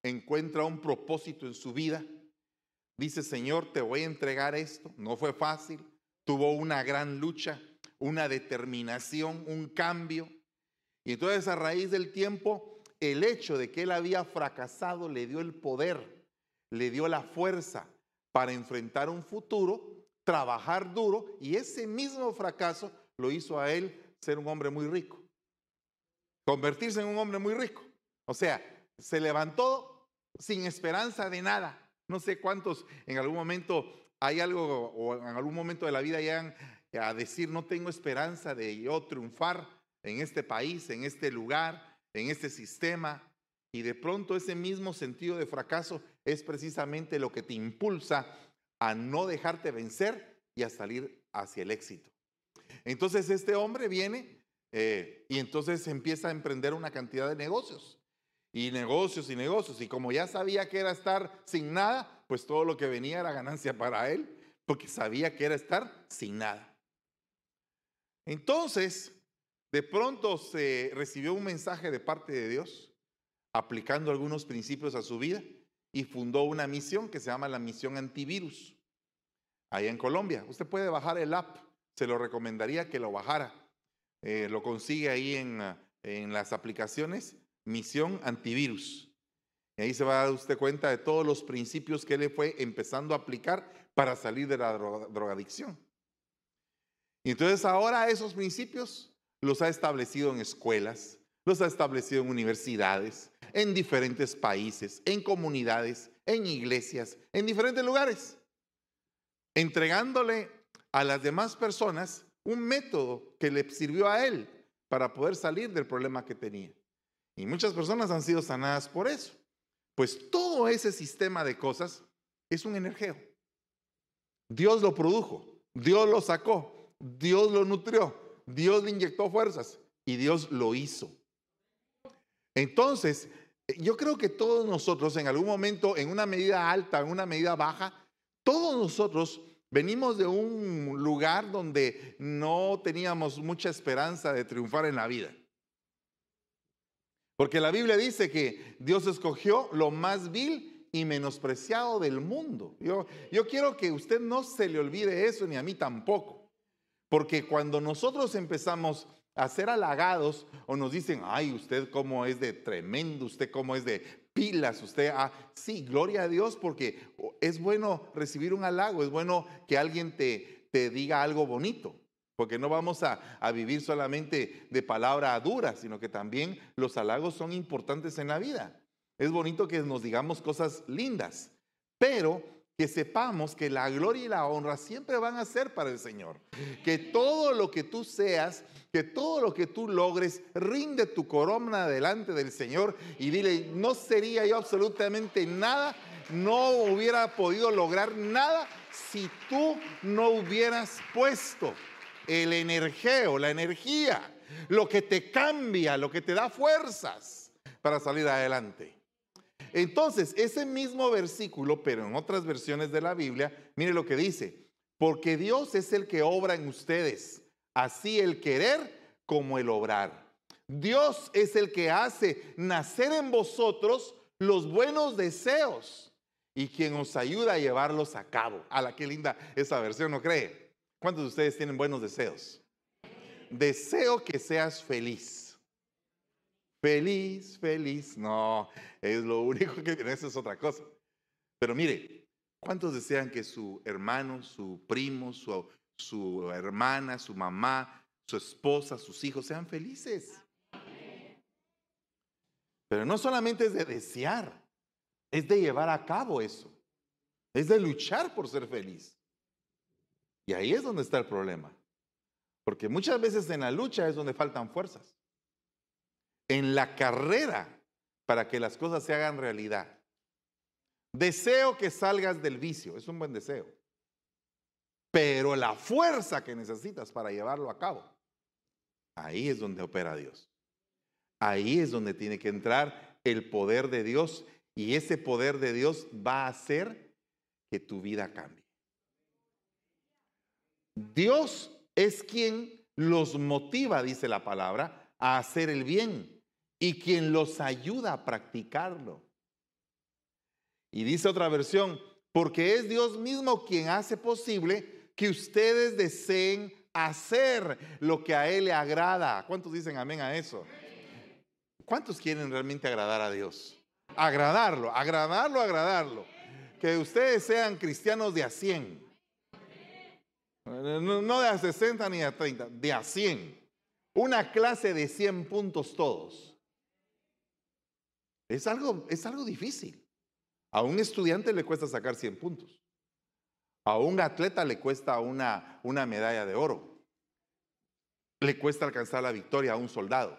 encuentra un propósito en su vida. Dice, Señor, te voy a entregar esto. No fue fácil. Tuvo una gran lucha, una determinación, un cambio. Y entonces, a raíz del tiempo, el hecho de que él había fracasado le dio el poder, le dio la fuerza para enfrentar un futuro, trabajar duro, y ese mismo fracaso lo hizo a él ser un hombre muy rico, convertirse en un hombre muy rico. O sea, se levantó sin esperanza de nada. No sé cuántos en algún momento hay algo, o en algún momento de la vida llegan a decir, no tengo esperanza de yo triunfar en este país, en este lugar, en este sistema. Y de pronto ese mismo sentido de fracaso es precisamente lo que te impulsa a no dejarte vencer y a salir hacia el éxito. Entonces este hombre viene y entonces empieza a emprender una cantidad de negocios. Y negocios y negocios. Y como ya sabía que era estar sin nada, pues todo lo que venía era ganancia para él, porque sabía que era estar sin nada. Entonces, de pronto se recibió un mensaje de parte de Dios, aplicando algunos principios a su vida, y fundó una misión que se llama la Misión Antivirus, allá en Colombia. Usted puede bajar el app, se lo recomendaría que lo bajara. Lo consigue ahí en las aplicaciones, Misión Antivirus. Y ahí se va a dar usted cuenta de todos los principios que él fue empezando a aplicar para salir de la drogadicción. Y entonces ahora esos principios los ha establecido en escuelas, los ha establecido en universidades, en diferentes países, en comunidades, en iglesias, en diferentes lugares, entregándole a las demás personas un método que le sirvió a él para poder salir del problema que tenía. Y muchas personas han sido sanadas por eso. Pues todo ese sistema de cosas es un energeo. Dios lo produjo, Dios lo sacó, Dios lo nutrió, Dios le inyectó fuerzas y Dios lo hizo. Entonces, yo creo que todos nosotros en algún momento, en una medida alta, en una medida baja, todos nosotros venimos de un lugar donde no teníamos mucha esperanza de triunfar en la vida. Porque la Biblia dice que Dios escogió lo más vil y menospreciado del mundo. Yo quiero que usted no se le olvide eso, ni a mí tampoco. Porque cuando nosotros empezamos a ser halagados o nos dicen, ay, usted cómo es de tremendo, usted cómo es de pilas, usted, sí, gloria a Dios, porque es bueno recibir un halago, es bueno que alguien te diga algo bonito. Porque no vamos a vivir solamente de palabra dura, sino que también los halagos son importantes en la vida. Es bonito que nos digamos cosas lindas, pero que sepamos que la gloria y la honra siempre van a ser para el Señor. Que todo lo que tú seas, que todo lo que tú logres, rinde tu corona delante del Señor y dile, no sería yo absolutamente nada, no hubiera podido lograr nada si tú no hubieras puesto el energeo, la energía, lo que te cambia, lo que te da fuerzas para salir adelante. Entonces, ese mismo versículo, pero en otras versiones de la Biblia, mire lo que dice: porque Dios es el que obra en ustedes, así el querer como el obrar. Dios es el que hace nacer en vosotros los buenos deseos y quien os ayuda a llevarlos a cabo. ¡Hala, qué linda esa versión! ¿No cree? ¿Cuántos de ustedes tienen buenos deseos? Deseo que seas feliz. Feliz, feliz. No, es lo único que tiene, eso es otra cosa. Pero mire, ¿cuántos desean que su hermano, su primo, su hermana, su mamá, su esposa, sus hijos sean felices? Pero no solamente es de desear, es de llevar a cabo eso. Es de luchar por ser feliz. Y ahí es donde está el problema. Porque muchas veces en la lucha es donde faltan fuerzas. En la carrera para que las cosas se hagan realidad. Deseo que salgas del vicio, es un buen deseo. Pero la fuerza que necesitas para llevarlo a cabo, ahí es donde opera Dios. Ahí es donde tiene que entrar el poder de Dios. Y ese poder de Dios va a hacer que tu vida cambie. Dios es quien los motiva, dice la palabra, a hacer el bien y quien los ayuda a practicarlo. Y dice otra versión, porque es Dios mismo quien hace posible que ustedes deseen hacer lo que a Él le agrada. ¿Cuántos dicen amén a eso? ¿Cuántos quieren realmente agradar a Dios? Agradarlo, agradarlo, agradarlo. Que ustedes sean cristianos de a 100. No de a 60 ni a 30, de a 100. Una clase de 100 puntos todos. Es algo difícil. A un estudiante le cuesta sacar 100 puntos. A un atleta le cuesta una medalla de oro. Le cuesta alcanzar la victoria a un soldado.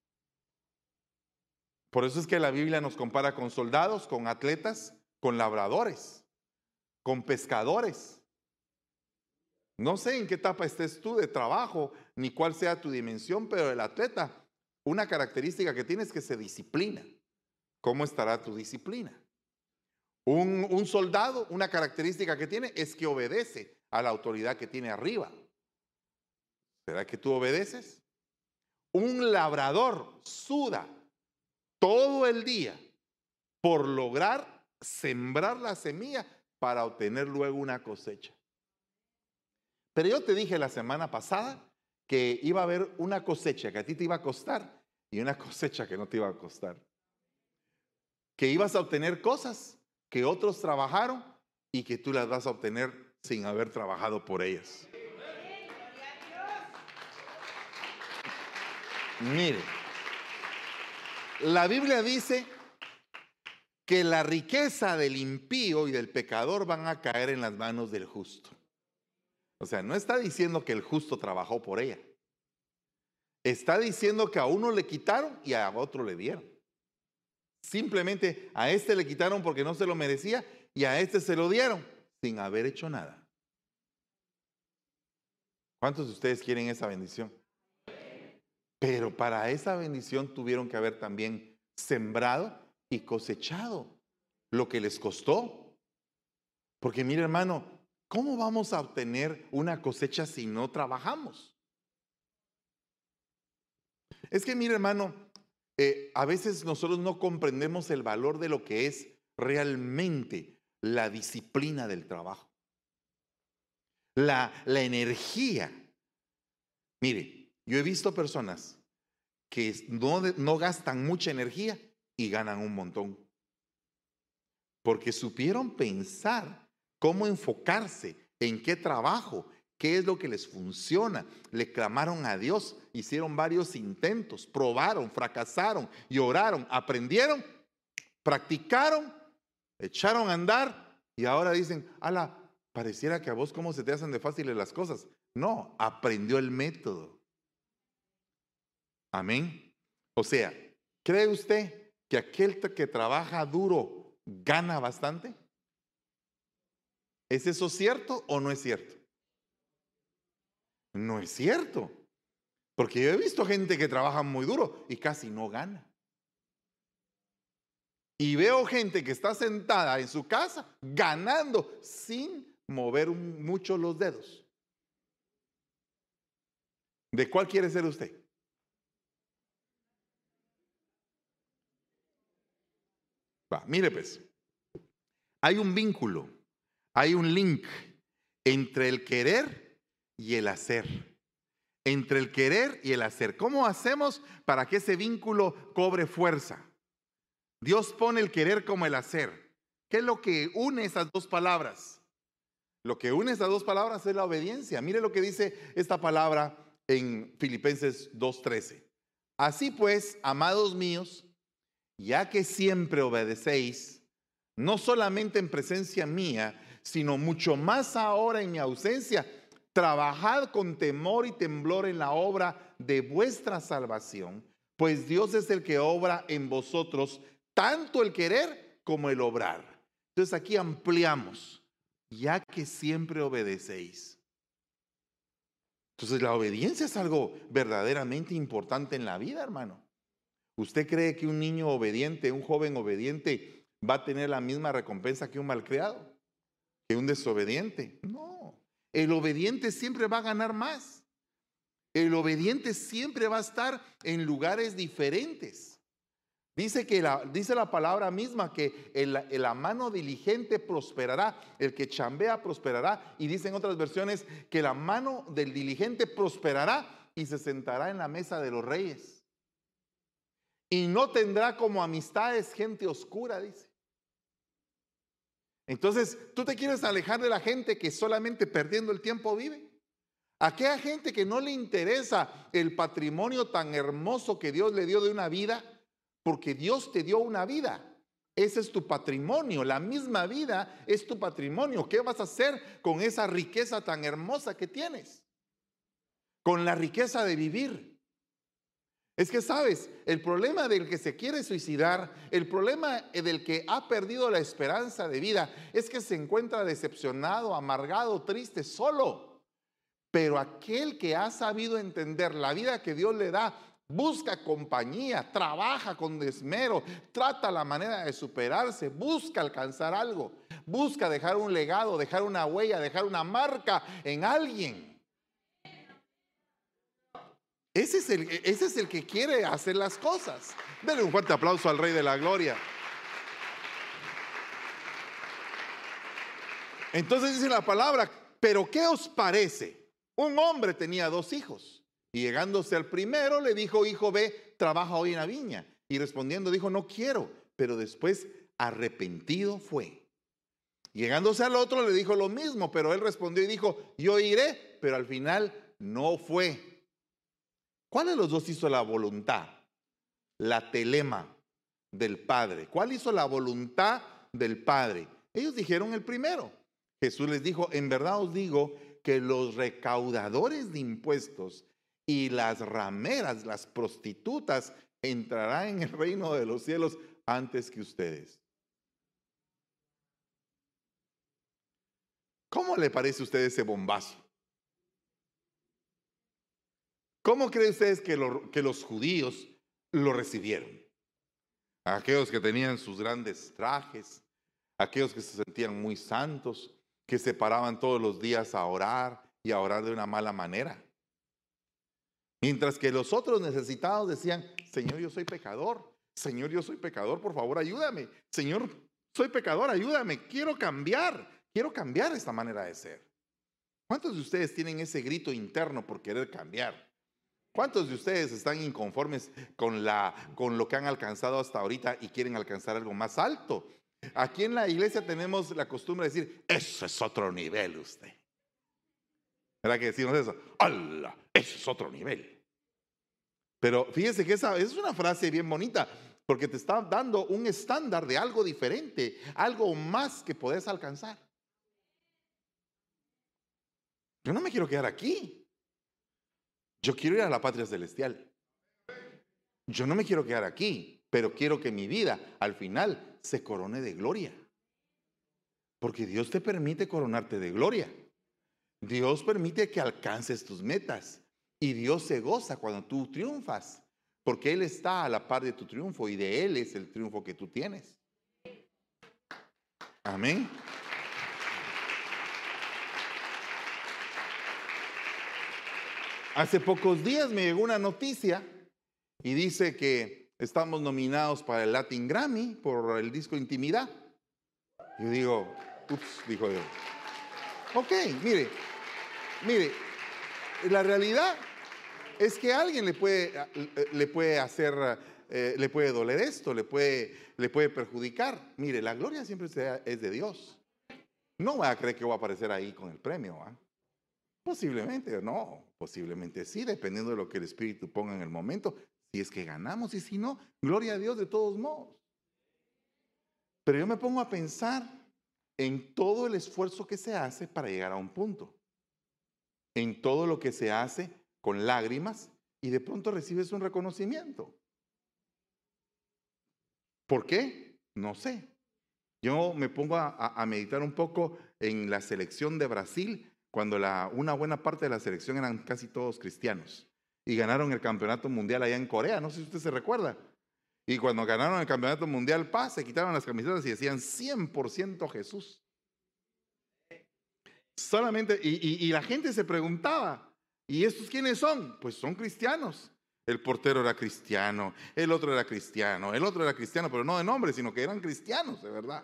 Por eso es que la Biblia nos compara con soldados, con atletas, con labradores, con pescadores. No sé en qué etapa estés tú de trabajo, ni cuál sea tu dimensión, pero el atleta, una característica que tiene es que se disciplina. ¿Cómo estará tu disciplina? Un soldado, una característica que tiene es que obedece a la autoridad que tiene arriba. ¿Será que tú obedeces? Un labrador suda todo el día por lograr sembrar la semilla para obtener luego una cosecha. Pero yo te dije la semana pasada que iba a haber una cosecha que a ti te iba a costar y una cosecha que no te iba a costar. Que ibas a obtener cosas que otros trabajaron y que tú las vas a obtener sin haber trabajado por ellas. Mire, la Biblia dice que la riqueza del impío y del pecador van a caer en las manos del justo. O sea, no está diciendo que el justo trabajó por ella. Está diciendo que a uno le quitaron y a otro le dieron. Simplemente a este le quitaron porque no se lo merecía y a este se lo dieron sin haber hecho nada. ¿Cuántos de ustedes quieren esa bendición? Pero para esa bendición tuvieron que haber también sembrado y cosechado lo que les costó. Porque mire, hermano, ¿cómo vamos a obtener una cosecha si no trabajamos? Es que mire, hermano, a veces nosotros no comprendemos el valor de lo que es realmente la disciplina del trabajo. La energía. Mire, yo he visto personas que no gastan mucha energía y ganan un montón. Porque supieron pensar cómo enfocarse, en qué trabajo, qué es lo que les funciona. Le clamaron a Dios, hicieron varios intentos, probaron, fracasaron y oraron, aprendieron, practicaron, echaron a andar y ahora dicen, ala, pareciera que a vos cómo se te hacen de fáciles las cosas. No, aprendió el método. Amén. O sea, ¿cree usted que aquel que trabaja duro gana bastante? ¿Es eso cierto o no es cierto? No es cierto. Porque yo he visto gente que trabaja muy duro y casi no gana. Y veo gente que está sentada en su casa ganando sin mover mucho los dedos. ¿De cuál quiere ser usted? Mire pues, hay un vínculo, hay un link entre el querer y el hacer. Entre el querer y el hacer. ¿Cómo hacemos para que ese vínculo cobre fuerza? Dios pone el querer como el hacer. ¿Qué es lo que une esas dos palabras? Lo que une esas dos palabras es la obediencia. Mire lo que dice esta palabra en Filipenses 2:13. Así pues, amados míos, ya que siempre obedecéis, no solamente en presencia mía, sino mucho más ahora en mi ausencia, trabajad con temor y temblor en la obra de vuestra salvación, pues Dios es el que obra en vosotros tanto el querer como el obrar. Entonces aquí ampliamos, ya que siempre obedecéis. Entonces la obediencia es algo verdaderamente importante en la vida, hermano. ¿Usted cree que un niño obediente, un joven obediente, va a tener la misma recompensa que un malcriado? ¿Que un desobediente? No. El obediente siempre va a ganar más. El obediente siempre va a estar en lugares diferentes. Dice la palabra misma que la mano diligente prosperará, el que chambea prosperará, y dice en otras versiones que la mano del diligente prosperará y se sentará en la mesa de los reyes. Y no tendrá como amistades gente oscura, dice. Entonces, ¿tú te quieres alejar de la gente que solamente perdiendo el tiempo vive? Aquella gente que no le interesa el patrimonio tan hermoso que Dios le dio de una vida, porque Dios te dio una vida. Ese es tu patrimonio, la misma vida es tu patrimonio. ¿Qué vas a hacer con esa riqueza tan hermosa que tienes? Con la riqueza de vivir. Es que sabes, el problema del que se quiere suicidar, el problema del que ha perdido la esperanza de vida, es que se encuentra decepcionado, amargado, triste, solo. Pero aquel que ha sabido entender la vida que Dios le da, busca compañía, trabaja con desmero, trata la manera de superarse, busca alcanzar algo, busca dejar un legado, dejar una huella, dejar una marca en alguien. Ese es el que quiere hacer las cosas. Denle un fuerte aplauso al Rey de la Gloria. Entonces dice la palabra, pero ¿qué os parece? Un hombre tenía 2 hijos y llegándose al primero le dijo, hijo, ve, trabaja hoy en la viña. Y respondiendo dijo, no quiero, pero después arrepentido fue. Llegándose al otro le dijo lo mismo, pero él respondió y dijo, yo iré, pero al final no fue. ¿Cuál de los dos hizo la voluntad? La telema del Padre. ¿Cuál hizo la voluntad del Padre? Ellos dijeron el primero. Jesús les dijo, en verdad os digo que los recaudadores de impuestos y las rameras, las prostitutas, entrarán en el reino de los cielos antes que ustedes. ¿Cómo le parece a usted ese bombazo? ¿Cómo creen ustedes que los judíos lo recibieron? Aquellos que tenían sus grandes trajes, aquellos que se sentían muy santos, que se paraban todos los días a orar y a orar de una mala manera. Mientras que los otros necesitados decían, Señor, yo soy pecador. Señor, yo soy pecador, por favor, ayúdame. Señor, soy pecador, ayúdame. Quiero cambiar esta manera de ser. ¿Cuántos de ustedes tienen ese grito interno por querer cambiar? ¿Cuántos de ustedes están inconformes con lo que han alcanzado hasta ahorita y quieren alcanzar algo más alto? Aquí en la iglesia tenemos la costumbre de decir, eso es otro nivel usted. ¿Verdad que decimos eso? ¡Hala! Eso es otro nivel. Pero fíjese que esa es una frase bien bonita, porque te está dando un estándar de algo diferente, algo más que podés alcanzar. Yo no me quiero quedar aquí. Yo quiero ir a la patria celestial. Yo no me quiero quedar aquí, pero quiero que mi vida al final se corone de gloria. Porque Dios te permite coronarte de gloria. Dios permite que alcances tus metas. Y Dios se goza cuando tú triunfas. Porque Él está a la par de tu triunfo y de Él es el triunfo que tú tienes. Amén. Hace pocos días me llegó una noticia y dice que estamos nominados para el Latin Grammy por el disco Intimidad. Yo digo, ups, dijo Dios. Ok, mire, la realidad es que a alguien le puede hacer, le puede doler esto, le puede perjudicar. Mire, la gloria siempre es de Dios. No va a creer que voy a aparecer ahí con el premio, ¿eh? Posiblemente no, posiblemente sí, dependiendo de lo que el Espíritu ponga en el momento, si es que ganamos y si no, gloria a Dios de todos modos. Pero yo me pongo a pensar en todo el esfuerzo que se hace para llegar a un punto, en todo lo que se hace con lágrimas y de pronto recibes un reconocimiento. ¿Por qué? No sé. Yo me pongo a meditar un poco en la selección de Brasil, cuando una buena parte de la selección eran casi todos cristianos y ganaron el campeonato mundial allá en Corea, no sé si usted se recuerda. Y cuando ganaron el campeonato mundial, se quitaron las camisetas y decían 100% Jesús. Solamente, y la gente se preguntaba, ¿y estos quiénes son? Pues son cristianos. El portero era cristiano, el otro era cristiano, el otro era cristiano, pero no de nombre, sino que eran cristianos, de verdad.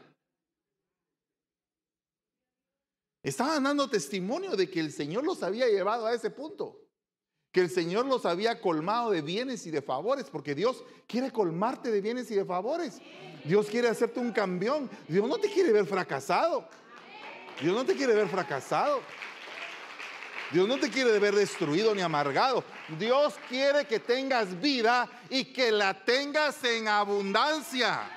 Estaban dando testimonio de que el Señor los había llevado a ese punto, que el Señor los había colmado de bienes y de favores, porque Dios quiere colmarte de bienes y de favores. Dios quiere hacerte un campeón. Dios no te quiere ver fracasado. Dios no te quiere ver fracasado. Dios no te quiere ver destruido ni amargado. Dios quiere que tengas vida y que la tengas en abundancia.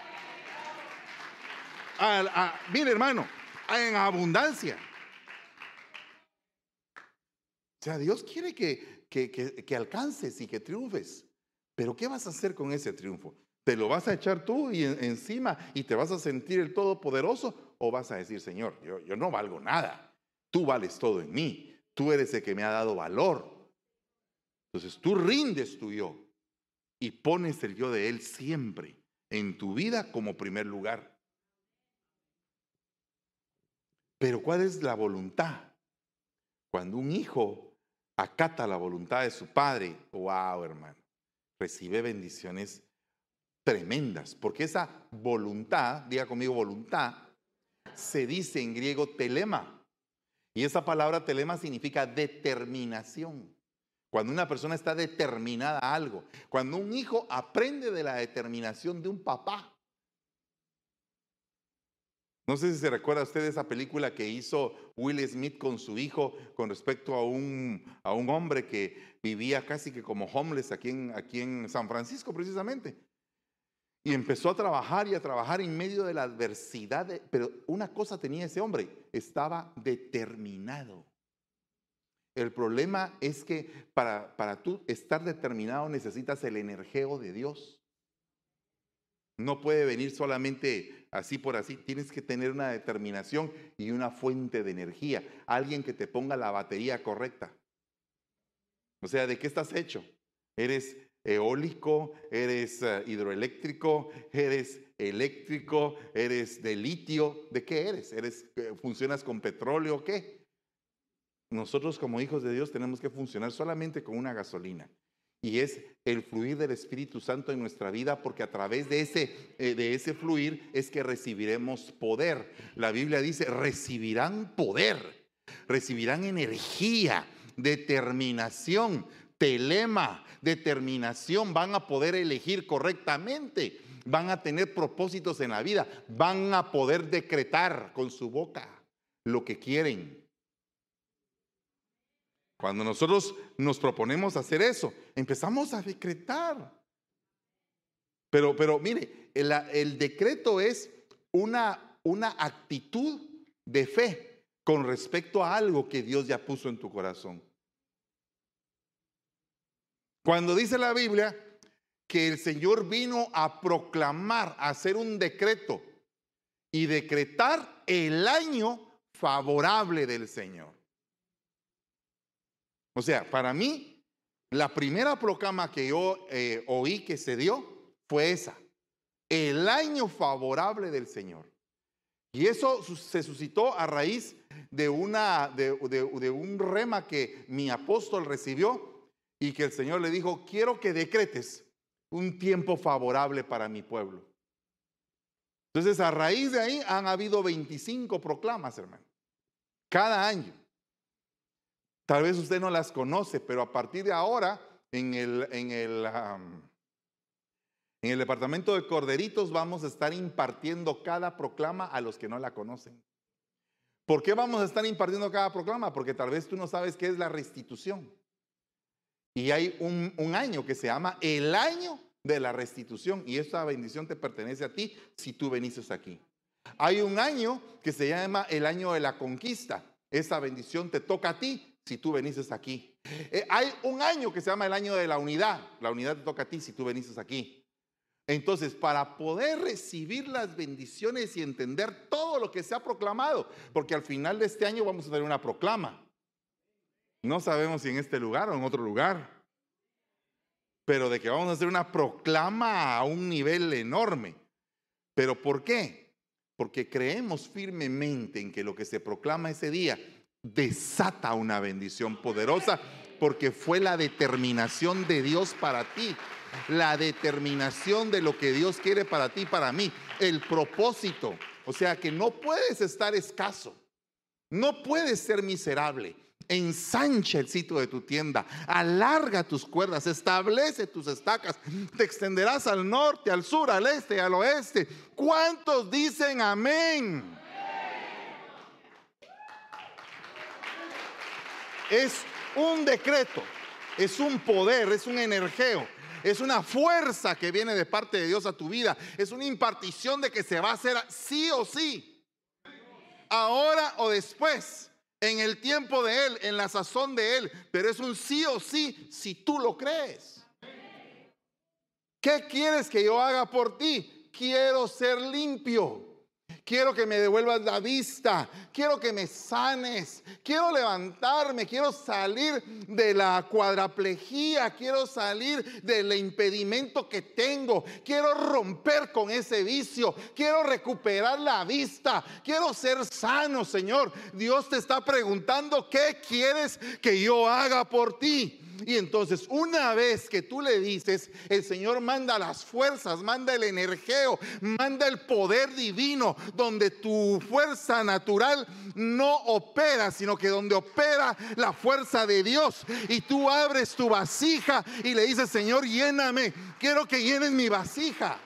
Mire, hermano, en abundancia. O sea, Dios quiere que alcances y que triunfes. Pero ¿qué vas a hacer con ese triunfo? ¿Te lo vas a echar tú y encima y te vas a sentir el todopoderoso? ¿O vas a decir, Señor, yo no valgo nada? Tú vales todo en mí. Tú eres el que me ha dado valor. Entonces tú rindes tu yo y pones el yo de Él siempre en tu vida como primer lugar. Pero ¿cuál es la voluntad? Cuando un hijo acata la voluntad de su padre, wow, hermano, recibe bendiciones tremendas, porque esa voluntad, diga conmigo voluntad, se dice en griego telema, y esa palabra telema significa determinación. Cuando una persona está determinada a algo, cuando un hijo aprende de la determinación de un papá. No sé si se recuerda usted de esa película que hizo Will Smith con su hijo con respecto a un hombre que vivía casi que como homeless aquí en San Francisco precisamente. Y empezó a trabajar en medio de la adversidad. Pero una cosa tenía ese hombre, estaba determinado. El problema es que para tú estar determinado necesitas el energeo de Dios. No puede venir solamente así por así. Tienes que tener una determinación y una fuente de energía. Alguien que te ponga la batería correcta. O sea, ¿de qué estás hecho? ¿Eres eólico? ¿Eres hidroeléctrico? ¿Eres eléctrico? ¿Eres de litio? ¿De qué eres? ¿Funcionas con petróleo o qué? Nosotros como hijos de Dios tenemos que funcionar solamente con una gasolina. Y es el fluir del Espíritu Santo en nuestra vida, porque a través de ese fluir es que recibiremos poder. La Biblia dice, recibirán poder, recibirán energía, determinación, telema, determinación. Van a poder elegir correctamente, van a tener propósitos en la vida, van a poder decretar con su boca lo que quieren. Cuando nosotros nos proponemos hacer eso, empezamos a decretar. Pero mire, el decreto es una actitud de fe con respecto a algo que Dios ya puso en tu corazón. Cuando dice la Biblia que el Señor vino a proclamar, a hacer un decreto y decretar el año favorable del Señor. O sea, para mí, la primera proclama que yo oí que se dio fue esa, el año favorable del Señor. Y eso se suscitó a raíz de un rema que mi apóstol recibió y que el Señor le dijo, quiero que decretes un tiempo favorable para mi pueblo. Entonces, a raíz de ahí han habido 25 proclamas, hermano, cada año. Tal vez usted no las conoce, pero a partir de ahora, en el departamento de Corderitos vamos a estar impartiendo cada proclama a los que no la conocen. ¿Por qué vamos a estar impartiendo cada proclama? Porque tal vez tú no sabes qué es la restitución. Y hay un año que se llama el año de la restitución, y esta bendición te pertenece a ti si tú viniste aquí. Hay un año que se llama el año de la conquista. Esa bendición te toca a ti si tú viniste aquí. Hay un año que se llama el año de la unidad. La unidad te toca a ti si tú viniste aquí. Entonces, para poder recibir las bendiciones y entender todo lo que se ha proclamado, porque al final de este año vamos a tener una proclama. No sabemos si en este lugar o en otro lugar, pero de que vamos a hacer una proclama a un nivel enorme. ¿Pero por qué? Porque creemos firmemente en que lo que se proclama ese día desata una bendición poderosa Porque fue la determinación de Dios para ti. La determinación de lo que Dios quiere para ti y para mí. El propósito. O sea que no puedes estar escaso. No puedes ser miserable. Ensancha el sitio de tu tienda, alarga tus cuerdas, establece tus estacas, te extenderás al norte, al sur, al este y al oeste. ¿Cuántos dicen amén? Es un decreto, es un poder, es un energeo, es una fuerza que viene de parte de Dios a tu vida. Es una impartición de que se va a hacer sí o sí, ahora o después. En el tiempo de Él, en la sazón de Él. Pero es un sí o sí si tú lo crees. ¿Qué quieres que yo haga por ti? Quiero ser limpio. Quiero que me devuelvas la vista. Quiero que me sanes. Quiero levantarme. Quiero salir de la cuadraplegía. Quiero salir del impedimento que tengo. Quiero romper con ese vicio. Quiero recuperar la vista. Quiero ser sano, Señor. Dios te está preguntando, ¿qué quieres que yo haga por ti? Y entonces una vez que tú le dices, el Señor manda las fuerzas, manda el energeo, manda el poder divino, donde tu fuerza natural no opera, sino que donde opera la fuerza de Dios. Y tú abres tu vasija y le dices, Señor, lléname, quiero que llenes mi vasija.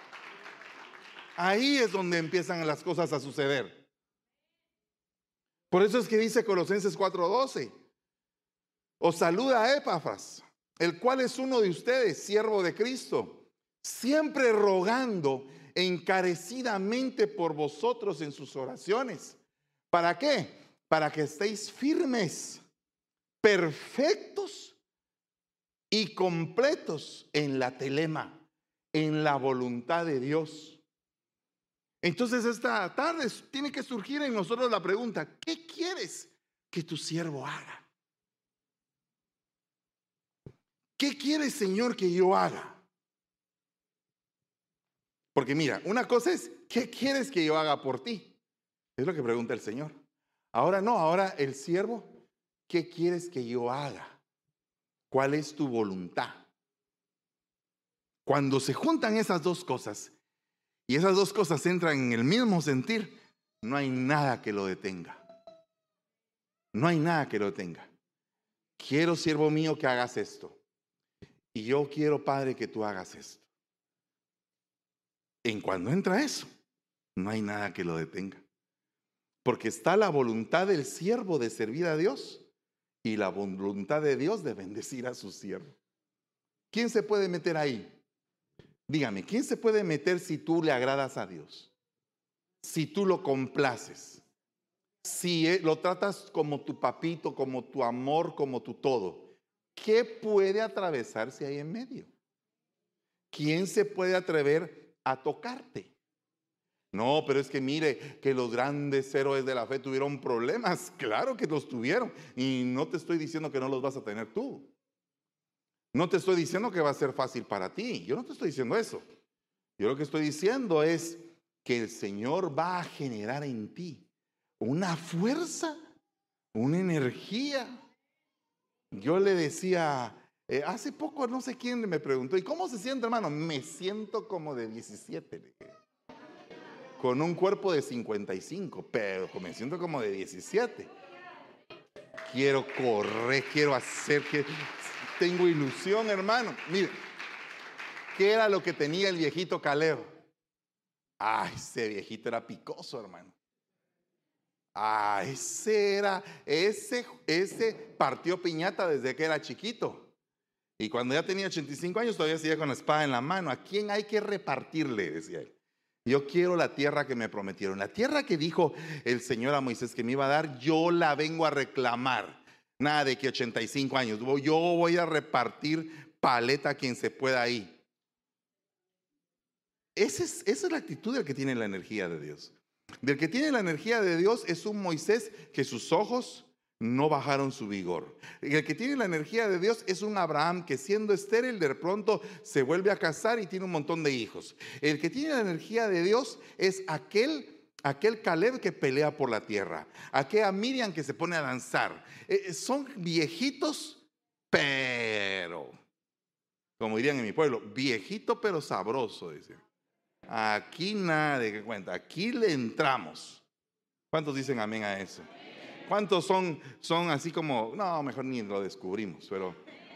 Ahí es donde empiezan las cosas a suceder. Por eso es que dice Colosenses 4:12. Os saluda Epafras, el cual es uno de ustedes, siervo de Cristo, siempre rogando encarecidamente por vosotros en sus oraciones. ¿Para qué? Para que estéis firmes, perfectos y completos en la telema, en la voluntad de Dios. Entonces esta tarde tiene que surgir en nosotros la pregunta, ¿qué quieres que tu siervo haga? ¿Qué quieres, Señor, que yo haga? Porque mira, una cosa es, ¿qué quieres que yo haga por ti? Es lo que pregunta el Señor. Ahora no, ahora el siervo, ¿qué quieres que yo haga? ¿Cuál es tu voluntad? Cuando se juntan esas dos cosas y esas dos cosas entran en el mismo sentir, no hay nada que lo detenga. No hay nada que lo detenga. Quiero, siervo mío, que hagas esto. Y yo quiero, Padre, que tú hagas esto. En cuando entra eso, no hay nada que lo detenga. Porque está la voluntad del siervo de servir a Dios y la voluntad de Dios de bendecir a su siervo. ¿Quién se puede meter ahí? Dígame, ¿quién se puede meter si tú le agradas a Dios? Si tú lo complaces. Si lo tratas como tu papito, como tu amor, como tu todo. ¿Qué puede atravesarse ahí en medio? ¿Quién se puede atrever a tocarte? No, pero es que mire que los grandes héroes de la fe tuvieron problemas. Claro que los tuvieron. Y no te estoy diciendo que no los vas a tener tú. No te estoy diciendo que va a ser fácil para ti. Yo no te estoy diciendo eso. Yo lo que estoy diciendo es que el Señor va a generar en ti una fuerza, una energía. Yo le decía, hace poco no sé quién me preguntó, ¿y cómo se siente, hermano? Me siento como de 17, con un cuerpo de 55, pero me siento como de 17. Quiero correr, quiero hacer, que tengo ilusión, hermano. Mire, ¿qué era lo que tenía el viejito Caleb? Ah, ese viejito era picoso, hermano. Ah, ese partió piñata desde que era chiquito. Y cuando ya tenía 85 años todavía seguía con la espada en la mano. ¿A quién hay que repartirle? Decía él. Yo quiero la tierra que me prometieron. La tierra que dijo el Señor a Moisés que me iba a dar, yo la vengo a reclamar. Nada de que 85 años. Yo voy a repartir paleta a quien se pueda ahí. Esa es la actitud del que tiene la energía de Dios. Del que tiene la energía de Dios es un Moisés que sus ojos no bajaron su vigor. El que tiene la energía de Dios es un Abraham que siendo estéril de pronto se vuelve a casar y tiene un montón de hijos. El que tiene la energía de Dios es aquel Caleb que pelea por la tierra, aquella Miriam que se pone a danzar. Son viejitos pero, como dirían en mi pueblo, viejito pero sabroso, dice. Aquí nada de que cuenta, aquí le entramos. ¿Cuántos dicen amén a eso? ¿Cuántos son así como, no, mejor ni lo descubrimos, pero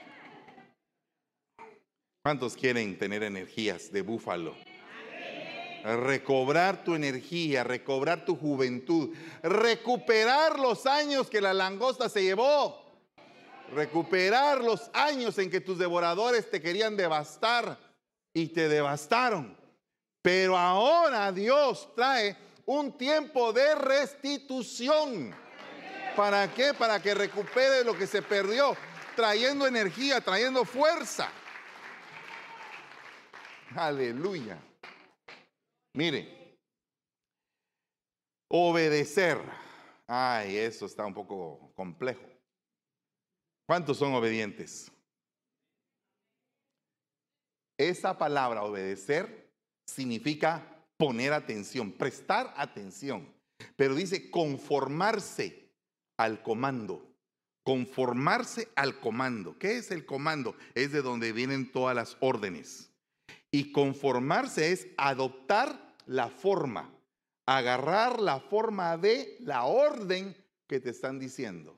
¿cuántos quieren tener energías de búfalo? Recobrar tu energía, recobrar tu juventud, recuperar los años que la langosta se llevó, recuperar los años en que tus devoradores te querían devastar y te devastaron. Pero ahora Dios trae un tiempo de restitución. ¿Para qué? Para que recupere lo que se perdió, trayendo energía, trayendo fuerza. Aleluya. Mire, obedecer. Ay, eso está un poco complejo. ¿Cuántos son obedientes? Esa palabra obedecer significa poner atención, prestar atención. Pero dice conformarse al comando. Conformarse al comando. ¿Qué es el comando? Es de donde vienen todas las órdenes. Y conformarse es adoptar la forma, agarrar la forma de la orden que te están diciendo.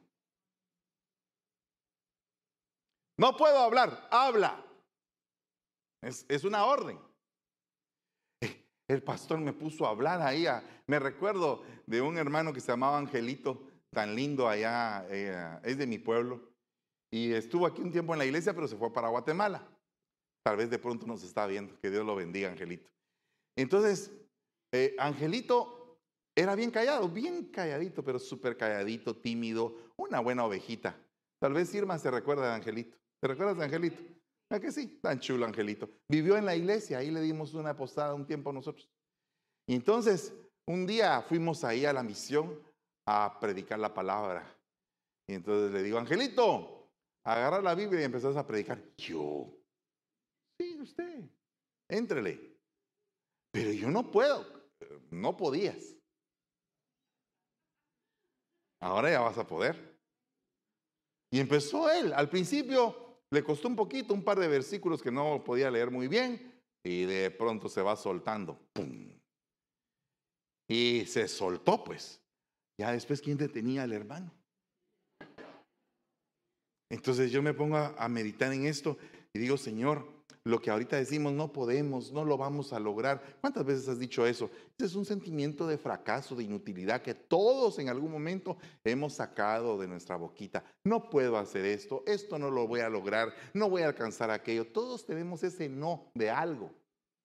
No puedo hablar, habla. Es una orden. El pastor me puso a hablar ahí. Me recuerdo de un hermano que se llamaba Angelito, tan lindo allá, es de mi pueblo. Y estuvo aquí un tiempo en la iglesia, pero se fue para Guatemala. Tal vez de pronto nos está viendo. Que Dios lo bendiga, Angelito. Entonces, Angelito era bien callado, bien calladito, pero súper calladito, tímido, una buena ovejita. Tal vez Irma se recuerda de Angelito. ¿Te recuerdas de Angelito? ¿A que sí? Tan chulo Angelito. Vivió en la iglesia, ahí le dimos una posada un tiempo nosotros. Y entonces, un día fuimos ahí a la misión a predicar la palabra. Y entonces le digo, Angelito, agarra la Biblia y empezás a predicar. Yo, sí, usted, éntrele. Pero yo no puedo, no podías. Ahora ya vas a poder. Y empezó él. Al principio le costó un poquito, un par de versículos que no podía leer muy bien. Y de pronto se va soltando. ¡Pum! Y se soltó, pues. Ya después, ¿quién detenía al hermano? Entonces yo me pongo a meditar en esto y digo, Señor, lo que ahorita decimos no podemos, no lo vamos a lograr. ¿Cuántas veces has dicho eso? Ese es un sentimiento de fracaso, de inutilidad que todos en algún momento hemos sacado de nuestra boquita. No puedo hacer esto, esto no lo voy a lograr, no voy a alcanzar aquello. Todos tenemos ese no de algo.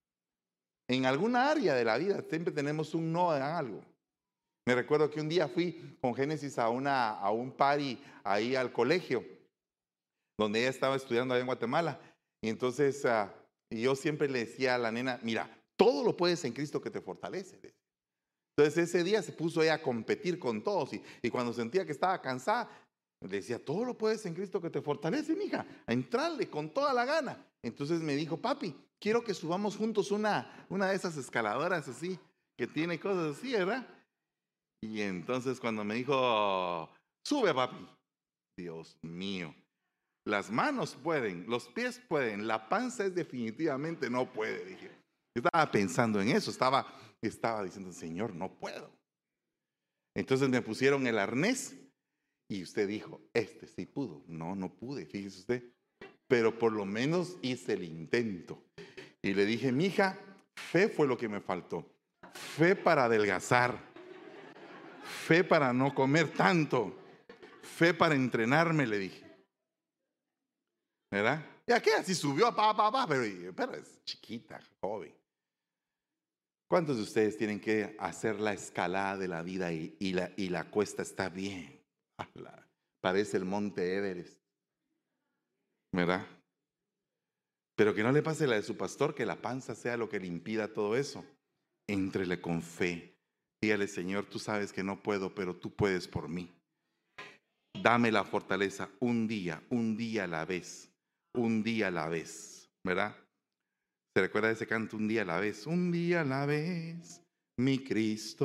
En alguna área de la vida siempre tenemos un no de algo. Me recuerdo que un día fui con Génesis a un party ahí al colegio, donde ella estaba estudiando allá en Guatemala. Y entonces y yo siempre le decía a la nena, mira, todo lo puedes en Cristo que te fortalece. Entonces ese día se puso ella a competir con todos y cuando sentía que estaba cansada, le decía, todo lo puedes en Cristo que te fortalece, mija, a entrarle con toda la gana. Entonces me dijo, papi, quiero que subamos juntos una de esas escaladoras así, que tiene cosas así, ¿verdad? Y entonces cuando me dijo, sube, papi, Dios mío. Las manos pueden, los pies pueden, la panza es definitivamente no puede, dije. Yo estaba pensando en eso, estaba diciendo, Señor, no puedo. Entonces me pusieron el arnés y usted dijo, este sí pudo. No, no pude, fíjese usted. Pero por lo menos hice el intento. Y le dije, mija, fe fue lo que me faltó. Fe para adelgazar. Fe para no comer tanto. Fe para entrenarme, le dije. ¿Verdad? ¿Y a qué? Así subió, pero es chiquita, joven. ¿Cuántos de ustedes tienen que hacer la escalada de la vida y la cuesta está bien? Parece el monte Everest. ¿Verdad? Pero que no le pase la de su pastor, que la panza sea lo que le impida todo eso. Éntrele con fe. Dígale, Señor, tú sabes que no puedo, pero tú puedes por mí. Dame la fortaleza un día a la vez. Un día a la vez, ¿verdad? ¿Se recuerda de ese canto? Un día a la vez. Un día a la vez, mi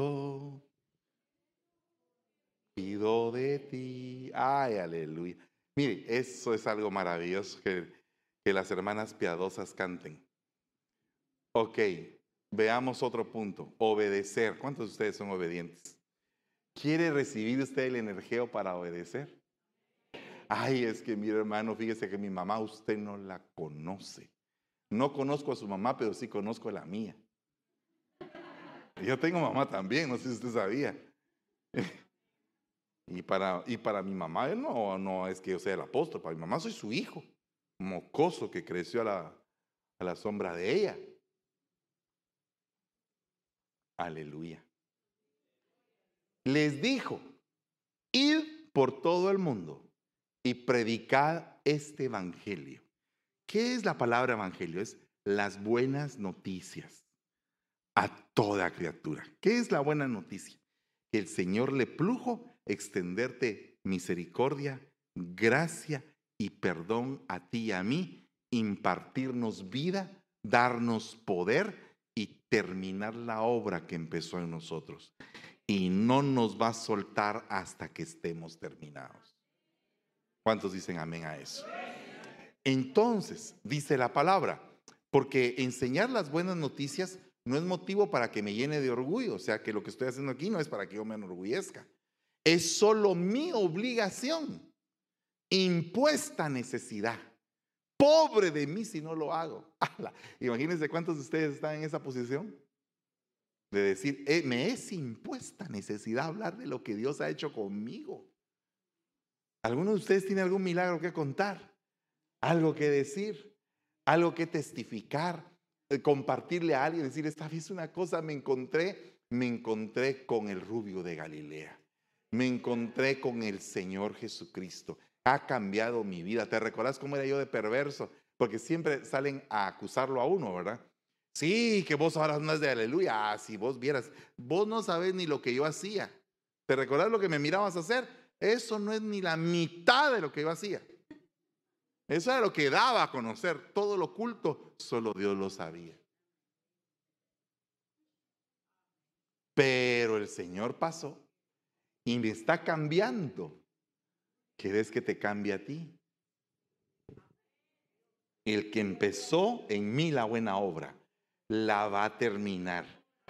Cristo, pido de ti. Ay, aleluya. Mire, eso es algo maravilloso que las hermanas piadosas canten. Ok, veamos otro punto. Obedecer. ¿Cuántos de ustedes son obedientes? ¿Quiere recibir usted el energeo para obedecer? Ay, es que mi hermano, fíjese que mi mamá usted no la conoce. No conozco a su mamá, pero sí conozco a la mía. Yo tengo mamá también, no sé si usted sabía. Y para mi mamá, no es que yo sea el apóstol, para mi mamá soy su hijo, mocoso que creció a la sombra de ella. Aleluya. Les dijo, id por todo el mundo y predicad este evangelio. ¿Qué es la palabra evangelio? Es las buenas noticias a toda criatura. ¿Qué es la buena noticia? Que el Señor le plujo extenderte misericordia, gracia y perdón a ti y a mí, impartirnos vida, darnos poder y terminar la obra que empezó en nosotros. Y no nos va a soltar hasta que estemos terminados. ¿Cuántos dicen amén a eso? Entonces, dice la palabra, porque enseñar las buenas noticias no es motivo para que me llene de orgullo. O sea, que lo que estoy haciendo aquí no es para que yo me enorgullezca. Es solo mi obligación, impuesta necesidad. Pobre de mí si no lo hago. Imagínense cuántos de ustedes están en esa posición de decir, me es impuesta necesidad hablar de lo que Dios ha hecho conmigo. ¿Alguno de ustedes tiene algún milagro que contar? Algo que decir, algo que testificar, compartirle a alguien, decir, esta vez una cosa me encontré con el rubio de Galilea, me encontré con el Señor Jesucristo, ha cambiado mi vida. ¿Te recordás cómo era yo de perverso? Porque siempre salen a acusarlo a uno, ¿verdad? Sí, que vos ahora no es de aleluya. Si vos vieras, vos no sabés ni lo que yo hacía. ¿Te recordás lo que me mirabas hacer? Eso no es ni la mitad de lo que yo hacía. Eso era lo que daba a conocer. Todo lo oculto, solo Dios lo sabía. Pero el Señor pasó y me está cambiando. ¿Quieres que te cambie a ti? El que empezó en mí la buena obra, la va a terminar.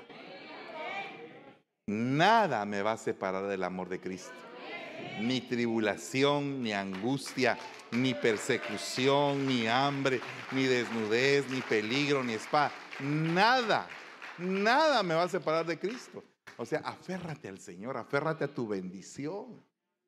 Nada me va a separar del amor de Cristo. Ni tribulación, ni angustia, ni persecución, ni hambre, ni desnudez, ni peligro, ni espada. Nada, nada me va a separar de Cristo. O sea, aférrate al Señor, aférrate a tu bendición.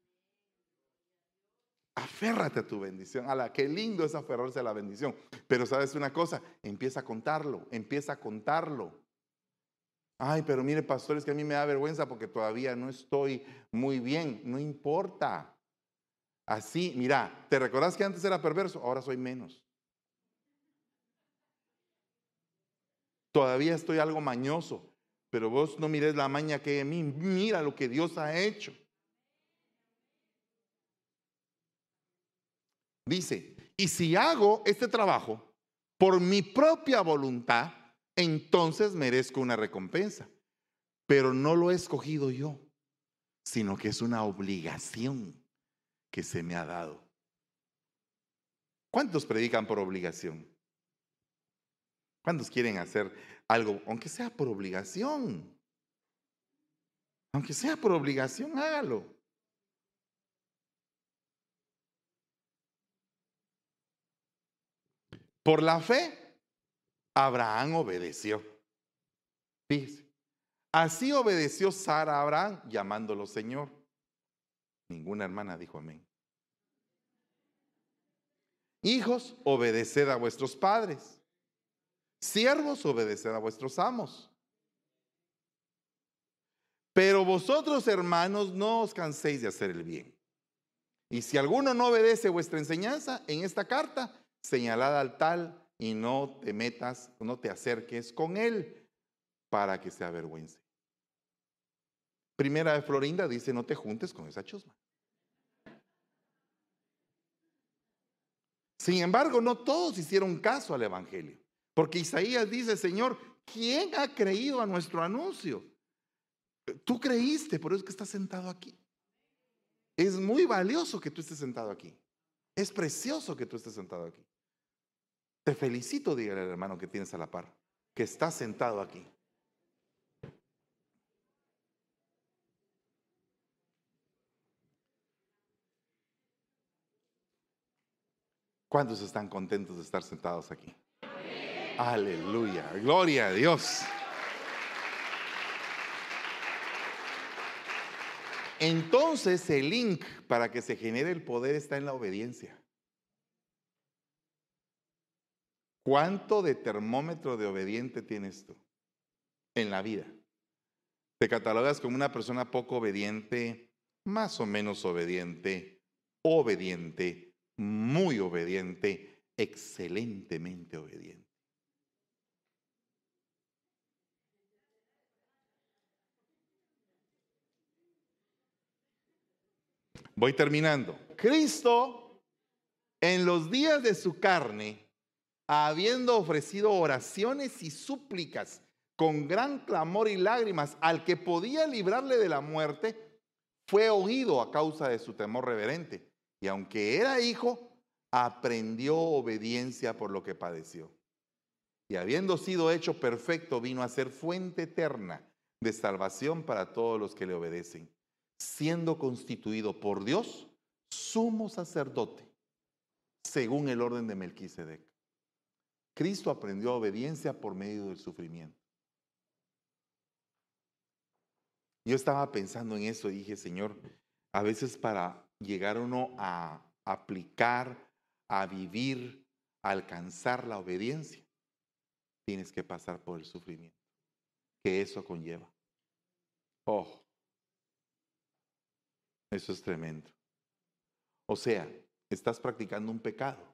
Aférrate a tu bendición. Qué lindo es aferrarse a la bendición. Pero sabes una cosa, empieza a contarlo, empieza a contarlo. Ay, pero mire, pastor, es que a mí me da vergüenza porque todavía no estoy muy bien. No importa. Así, mira, ¿te recordás que antes era perverso? Ahora soy menos. Todavía estoy algo mañoso, pero vos no mires la maña que hay en mí. Mira lo que Dios ha hecho. Dice, y si hago este trabajo por mi propia voluntad, entonces merezco una recompensa. Pero no lo he escogido yo, sino que es una obligación que se me ha dado. ¿Cuántos predican por obligación? ¿Cuántos quieren hacer algo, aunque sea por obligación? Aunque sea por obligación, hágalo. Por la fe, Abraham obedeció. Fíjese. Así obedeció Sara a Abraham, llamándolo Señor. Ninguna hermana dijo amén. Hijos, obedeced a vuestros padres. Siervos, obedeced a vuestros amos. Pero vosotros, hermanos, no os canséis de hacer el bien. Y si alguno no obedece vuestra enseñanza, en esta carta, señalad al tal y no te metas, no te acerques con él para que se avergüence. Primera de Florinda dice, no te juntes con esa chusma. Sin embargo, no todos hicieron caso al evangelio. Porque Isaías dice, Señor, ¿quién ha creído a nuestro anuncio? Tú creíste, por eso es que estás sentado aquí. Es muy valioso que tú estés sentado aquí. Es precioso que tú estés sentado aquí. Te felicito, dígale al hermano que tienes a la par, que está sentado aquí. ¿Cuántos están contentos de estar sentados aquí? Aleluya, gloria a Dios. Entonces el link para que se genere el poder está en la obediencia. ¿Cuánto de termómetro de obediente tienes tú en la vida? ¿Te catalogas como una persona poco obediente, más o menos obediente, obediente, muy obediente, excelentemente obediente? Voy terminando. Cristo, en los días de su carne, habiendo ofrecido oraciones y súplicas con gran clamor y lágrimas al que podía librarle de la muerte, fue oído a causa de su temor reverente. Y aunque era hijo, aprendió obediencia por lo que padeció. Y habiendo sido hecho perfecto, vino a ser fuente eterna de salvación para todos los que le obedecen, siendo constituido por Dios sumo sacerdote, según el orden de Melquisedec. Cristo aprendió obediencia por medio del sufrimiento. Yo estaba pensando en eso y dije, Señor, a veces para llegar uno a aplicar, a vivir, a alcanzar la obediencia, tienes que pasar por el sufrimiento que eso conlleva. Oh, eso es tremendo. O sea, estás practicando un pecado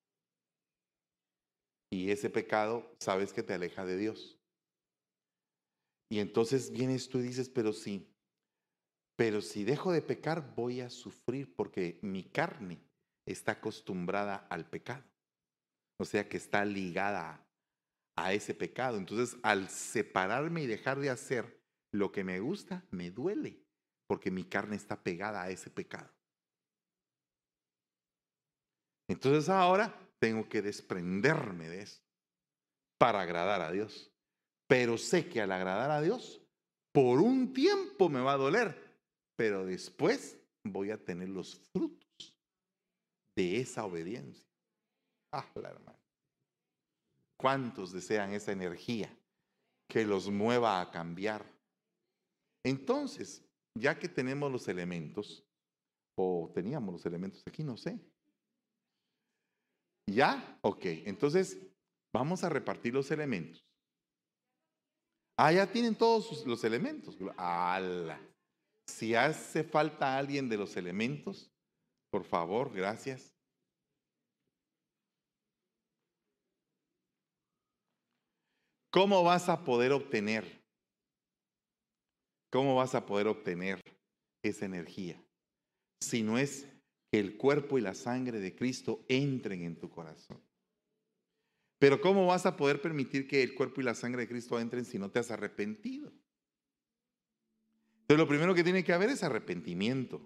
y ese pecado sabes que te aleja de Dios. Y entonces vienes tú y dices, pero si dejo de pecar voy a sufrir porque mi carne está acostumbrada al pecado. O sea que está ligada a ese pecado. Entonces al separarme y dejar de hacer lo que me gusta, me duele porque mi carne está pegada a ese pecado. Entonces ahora tengo que desprenderme de eso para agradar a Dios. Pero sé que al agradar a Dios, por un tiempo me va a doler, pero después voy a tener los frutos de esa obediencia. Ah, la hermana. ¿Cuántos desean esa energía que los mueva a cambiar? Entonces, ya que tenemos los elementos, o teníamos los elementos aquí, no sé. ¿Ya? Ok, entonces vamos a repartir los elementos. Ah, ya tienen todos los elementos. ¡Hala! Si hace falta alguien de los elementos, por favor, gracias. ¿Cómo vas a poder obtener? ¿Cómo vas a poder obtener esa energía? Si no es que el cuerpo y la sangre de Cristo entren en tu corazón. Pero ¿cómo vas a poder permitir que el cuerpo y la sangre de Cristo entren si no te has arrepentido? Entonces lo primero que tiene que haber es arrepentimiento.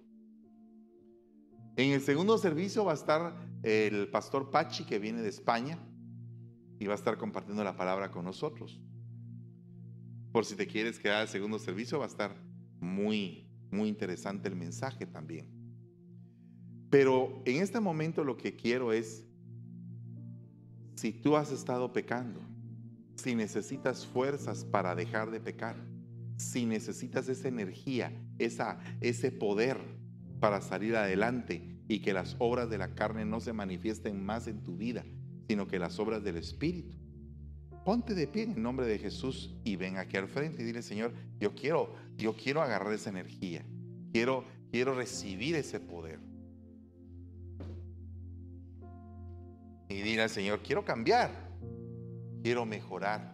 En el segundo servicio va a estar el pastor Pachi, que viene de España, y va a estar compartiendo la palabra con nosotros. Por si te quieres quedar al segundo servicio, va a estar muy, muy interesante el mensaje también. Pero en este momento lo que quiero es, si tú has estado pecando, si necesitas fuerzas para dejar de pecar, si necesitas esa energía, ese poder para salir adelante y que las obras de la carne no se manifiesten más en tu vida, sino que las obras del Espíritu, ponte de pie en el nombre de Jesús y ven aquí al frente y dile, Señor, yo quiero agarrar esa energía, quiero recibir ese poder. Y dile al Señor, quiero cambiar, quiero mejorar.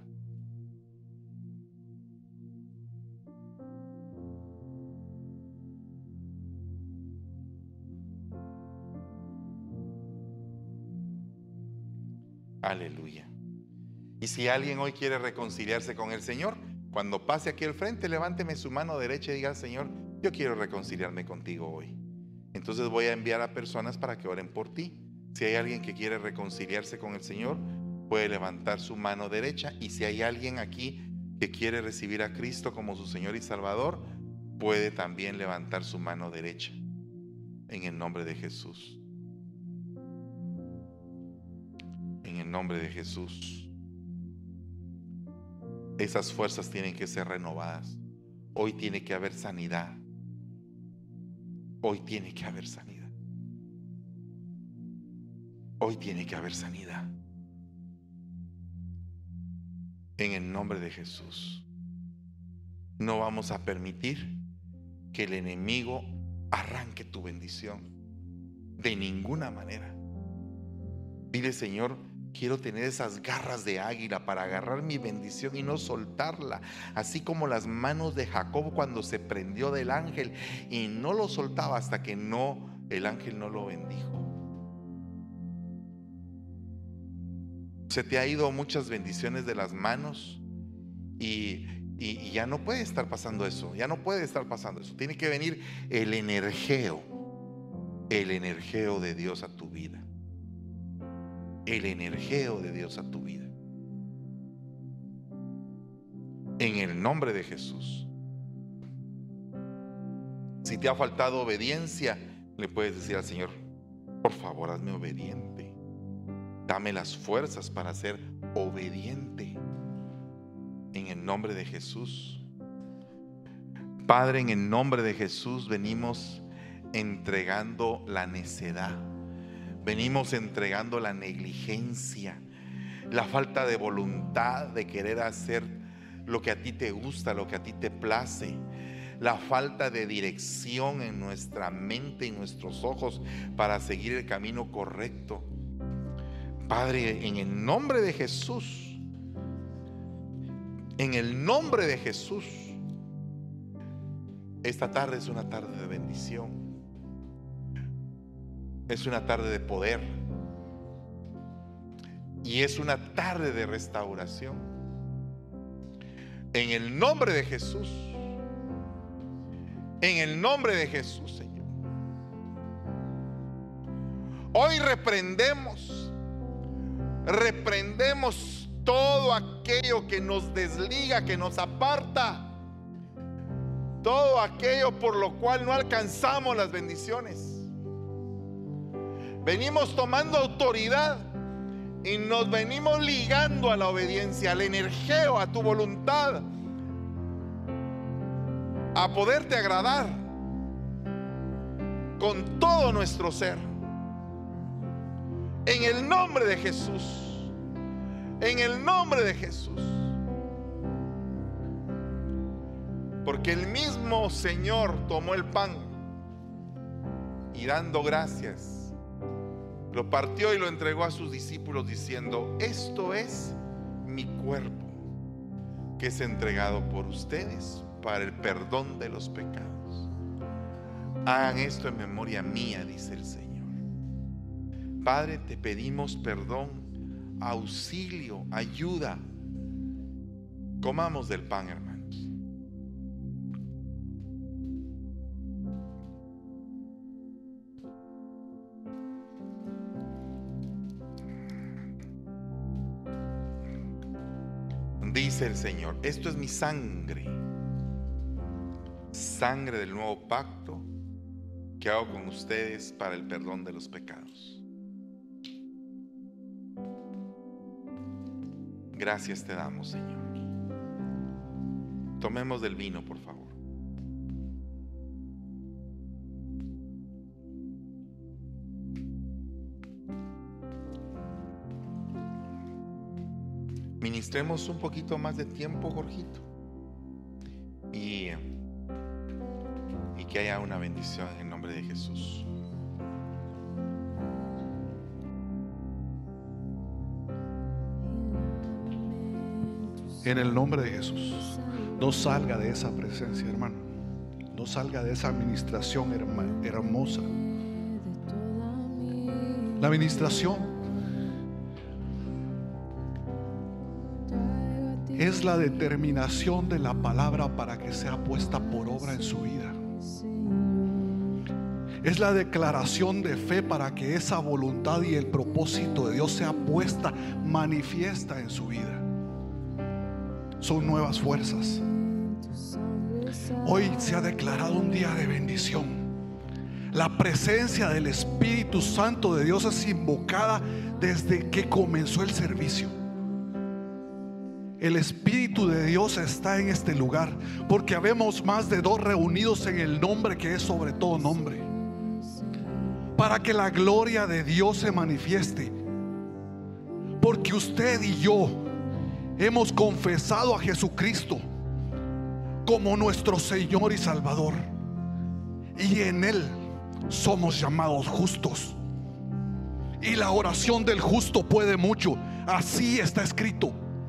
Aleluya. Y si alguien hoy quiere reconciliarse con el Señor, cuando pase aquí al frente, levánteme su mano derecha y diga, Señor, yo quiero reconciliarme contigo hoy. entonces voy a enviar a personas para que oren por ti. Si hay alguien que quiere reconciliarse con el Señor, puede levantar su mano derecha. Y si hay alguien aquí que quiere recibir a Cristo como su Señor y Salvador, puede también levantar su mano derecha. En el nombre de Jesús. En el nombre de Jesús. Esas fuerzas tienen que ser renovadas. Hoy tiene que haber sanidad. Hoy tiene que haber sanidad. Hoy tiene que haber sanidad. En el nombre de Jesús. No vamos a permitir que el enemigo arranque tu bendición. De ninguna manera. Dile: Señor, quiero tener esas garras de águila para agarrar mi bendición y no soltarla. Así como las manos de Jacob cuando se prendió del ángel y no lo soltaba hasta que el ángel no lo bendijo. Se te ha ido muchas bendiciones de las manos y ya no puede estar pasando eso. Ya no puede estar pasando eso. Tiene que venir el energeo de Dios a tu vida. El energeo de Dios a tu vida. En el nombre de Jesús. Si te ha faltado obediencia, le puedes decir al Señor: por favor, hazme obediente. Dame las fuerzas para ser obediente. En el nombre de Jesús. Padre, en el nombre de Jesús venimos entregando la necedad. Venimos entregando la negligencia, la falta de voluntad de querer hacer lo que a ti te gusta, lo que a ti te place, la falta de dirección en nuestra mente y nuestros ojos para seguir el camino correcto. Padre, en el nombre de Jesús, en el nombre de Jesús, esta tarde es una tarde de bendición. Es una tarde de poder. Y es una tarde de restauración. En el nombre de Jesús. En el nombre de Jesús, Señor. Hoy reprendemos todo aquello que nos desliga, que nos aparta. Todo aquello por lo cual no alcanzamos las bendiciones. Venimos tomando autoridad y nos venimos ligando a la obediencia, al energeo, a tu voluntad, a poderte agradar con todo nuestro ser. En el nombre de Jesús. En el nombre de Jesús. Porque el mismo Señor tomó el pan y dando gracias, lo partió y lo entregó a sus discípulos diciendo: esto es mi cuerpo, que es entregado por ustedes para el perdón de los pecados. Hagan esto en memoria mía, dice el Señor. Padre, te pedimos perdón, auxilio, ayuda. Comamos del pan, hermanos. Dice el Señor: esto es mi sangre, sangre del nuevo pacto que hago con ustedes para el perdón de los pecados. Gracias te damos, Señor. Tomemos del vino, por favor. Ministremos un poquito más de tiempo, Jorgito, y que haya una bendición en el nombre de Jesús. En el nombre de Jesús, no salga de esa presencia, hermano. No salga de esa administración hermosa. La administración es la determinación de la palabra para que sea puesta por obra en su vida. Es la declaración de fe para que esa voluntad y el propósito de Dios sea puesta, manifiesta en su vida. Son nuevas fuerzas. Hoy se ha declarado un día de bendición. La presencia del Espíritu Santo de Dios es invocada desde que comenzó el servicio. El Espíritu de Dios está en este lugar, porque habemos más de 2 reunidos en el nombre que es sobre todo nombre, para que la gloria de Dios se manifieste. Porque usted y yo hemos confesado a Jesucristo como nuestro Señor y Salvador, y en Él somos llamados justos. Y la oración del justo puede mucho. Así está escrito.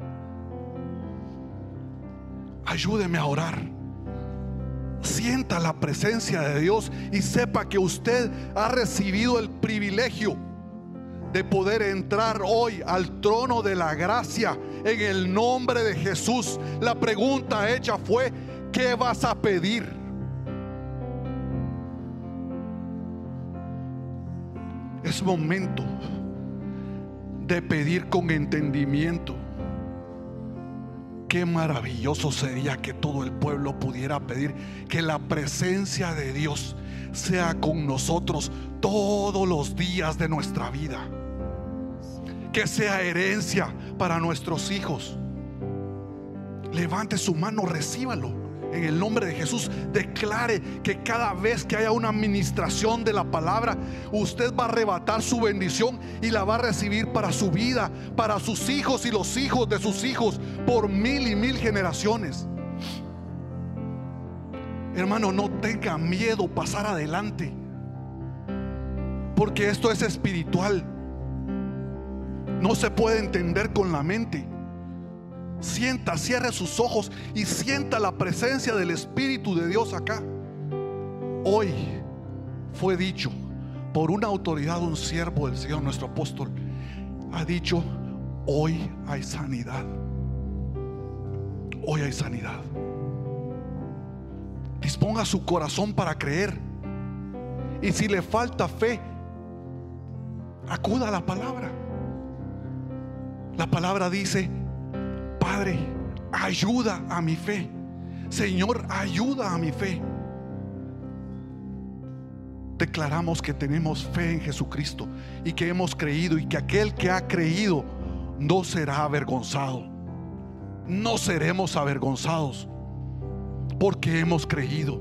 Ayúdeme a orar. Sienta la presencia de Dios y sepa que usted ha recibido el privilegio de poder entrar hoy al trono de la gracia en el nombre de Jesús. La pregunta hecha fue: ¿qué vas a pedir? Es momento de pedir con entendimiento. Qué maravilloso sería que todo el pueblo pudiera pedir que la presencia de Dios sea con nosotros todos los días de nuestra vida, que sea herencia para nuestros hijos. Levante su mano, recíbalo en el nombre de Jesús. Declare que cada vez que haya una administración de la palabra, usted va a arrebatar su bendición y la va a recibir para su vida, para sus hijos y los hijos de sus hijos, por 1000 y 1000 generaciones. Hermano, no tenga miedo pasar adelante, porque esto es espiritual. No se puede entender con la mente. Sienta, cierre sus ojos y sienta la presencia del Espíritu de Dios acá. Hoy fue dicho por una autoridad, un siervo del Señor, nuestro apóstol, ha dicho: hoy hay sanidad. Hoy hay sanidad. Disponga su corazón para creer. Y si le falta fe, acuda a la palabra. La palabra dice: Padre, ayuda a mi fe. Señor, ayuda a mi fe. Declaramos que tenemos fe en Jesucristo y que hemos creído, y que aquel que ha creído no será avergonzado. No seremos avergonzados porque hemos creído.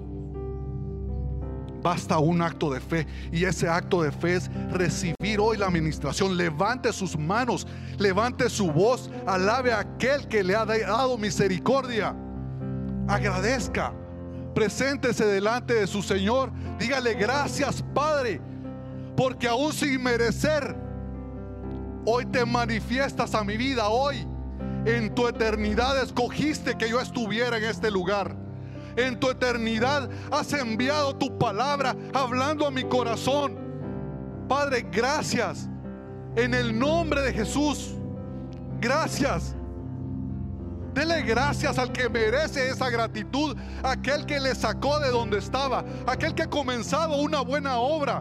Basta un acto de fe, y ese acto de fe es recibir hoy la administración. Levante sus manos, levante su voz, alabe a aquel que le ha dado misericordia. Agradezca, preséntese delante de su Señor. Dígale: gracias, Padre, porque aún sin merecer, hoy te manifiestas a mi vida. Hoy en tu eternidad escogiste que yo estuviera en este lugar. En tu eternidad has enviado tu palabra hablando a mi corazón. Padre, gracias. En el nombre de Jesús, gracias. Dele gracias al que merece esa gratitud, aquel que le sacó de donde estaba, aquel que ha comenzado una buena obra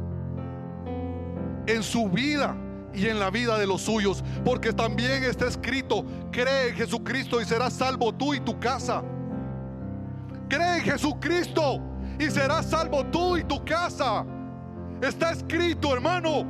en su vida y en la vida de los suyos. Porque también está escrito: cree en Jesucristo y serás salvo tú y tu casa. Cree en Jesucristo y serás salvo tú y tu casa. Está escrito, hermano.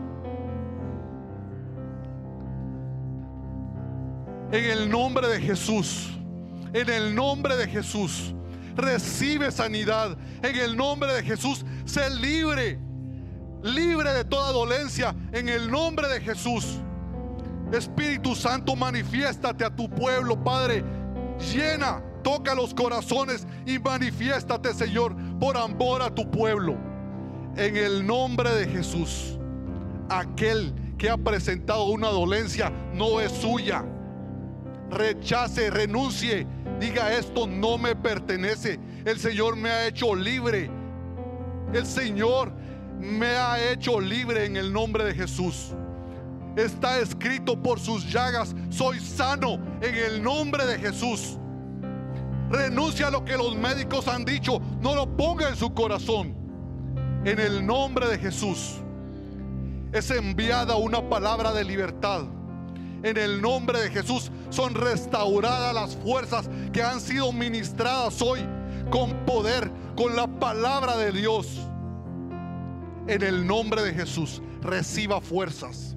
En el nombre de Jesús, en el nombre de Jesús, recibe sanidad. En el nombre de Jesús, sé libre, libre de toda dolencia. En el nombre de Jesús, Espíritu Santo, manifiéstate a tu pueblo, Padre. Llena, toca los corazones y manifiéstate, Señor, por amor a tu pueblo. En el nombre de Jesús, aquel que ha presentado una dolencia no es suya. Rechace, renuncie, diga: esto no me pertenece. El Señor me ha hecho libre. El Señor me ha hecho libre en el nombre de Jesús. Está escrito: por sus llagas soy sano, en el nombre de Jesús. Renuncia a lo que los médicos han dicho. No lo ponga en su corazón. En el nombre de Jesús es enviada una palabra de libertad. En el nombre de Jesús son restauradas las fuerzas que han sido ministradas hoy con poder, con la palabra de Dios. En el nombre de Jesús reciba fuerzas.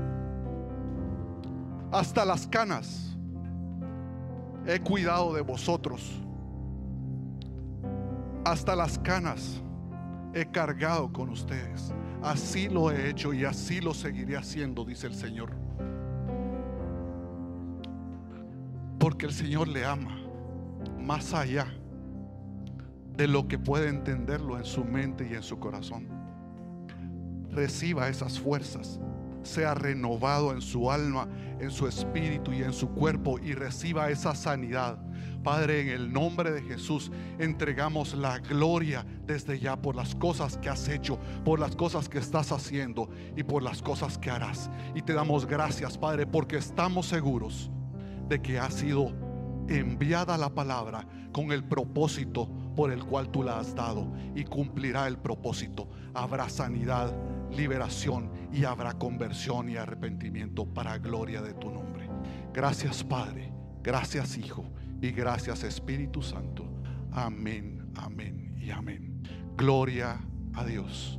Hasta las canas he cuidado de vosotros. Hasta las canas he cargado con ustedes. Así lo he hecho y así lo seguiré haciendo, dice el Señor. Porque el Señor le ama más allá de lo que puede entenderlo en su mente y en su corazón. Reciba esas fuerzas, sea renovado en su alma, en su espíritu y en su cuerpo, y reciba esa sanidad. Padre, en el nombre de Jesús entregamos la gloria desde ya por las cosas que has hecho, por las cosas que estás haciendo y por las cosas que harás. Y te damos gracias, Padre, porque estamos seguros de que ha sido enviada la palabra con el propósito por el cual tú la has dado, y cumplirá el propósito. Habrá sanidad, liberación, y habrá conversión y arrepentimiento para gloria de tu nombre. Gracias, Padre, gracias, Hijo, y gracias, Espíritu Santo. Amén, amén y amén. Gloria a Dios.